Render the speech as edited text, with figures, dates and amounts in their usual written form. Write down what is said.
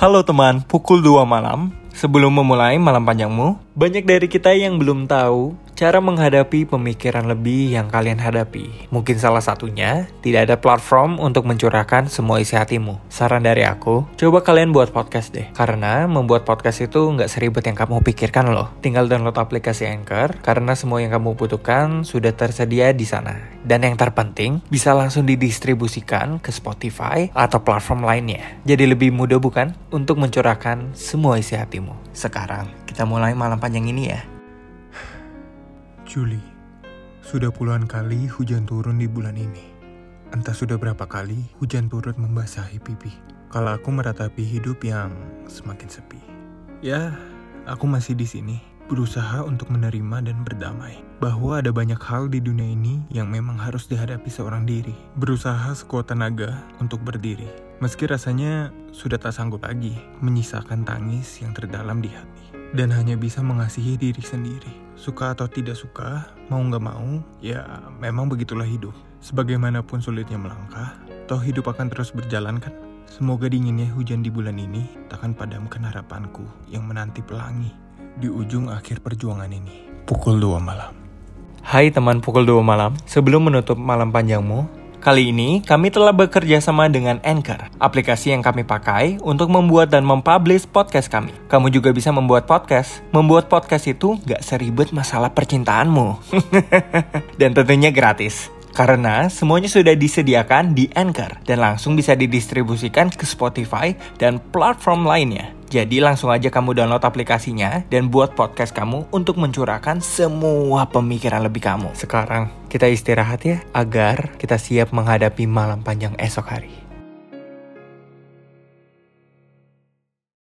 Halo teman, pukul 2 malam. Sebelum memulai malam panjangmu, banyak dari kita yang belum tahu cara menghadapi pemikiran lebih yang kalian hadapi. Mungkin salah satunya, tidak ada platform untuk mencurahkan semua isi hatimu. Saran dari aku, coba kalian buat podcast deh. Karena membuat podcast itu nggak seribet yang kamu pikirkan loh. Tinggal download aplikasi Anchor, karena semua yang kamu butuhkan sudah tersedia di sana. Dan yang terpenting, bisa langsung didistribusikan ke Spotify atau platform lainnya. Jadi lebih mudah bukan? Untuk mencurahkan semua isi hatimu. Sekarang, kita mulai malam panjang ini ya. Juli, sudah puluhan kali hujan turun di bulan ini. Entah sudah berapa kali hujan turut membasahi pipi. Kalau aku meratapi hidup yang semakin sepi. Ya, aku masih di sini, berusaha untuk menerima dan berdamai. Bahwa ada banyak hal di dunia ini yang memang harus dihadapi seorang diri. Berusaha sekuat tenaga untuk berdiri. Meski rasanya sudah tak sanggup lagi menyisakan tangis yang terdalam di hati. Dan hanya bisa mengasihi diri sendiri. Suka atau tidak suka, mau gak mau, ya memang begitulah hidup. Sebagaimanapun sulitnya melangkah, toh hidup akan terus berjalan kan? Semoga dinginnya hujan di bulan ini takkan padamkan harapanku yang menanti pelangi di ujung akhir perjuangan ini. Pukul 2 malam. Hai teman pukul 2 malam, sebelum menutup malam panjangmu, kali ini kami telah bekerja sama dengan Anchor, aplikasi yang kami pakai untuk membuat dan mempublish podcast kami. Kamu juga bisa membuat podcast. Membuat podcast itu gak seribet masalah percintaanmu. Dan tentunya gratis. Karena semuanya sudah disediakan di Anchor dan langsung bisa didistribusikan ke Spotify dan platform lainnya. Jadi langsung aja kamu download aplikasinya dan buat podcast kamu untuk mencurahkan semua pemikiran lebih kamu. Sekarang kita istirahat ya, agar kita siap menghadapi malam panjang esok hari.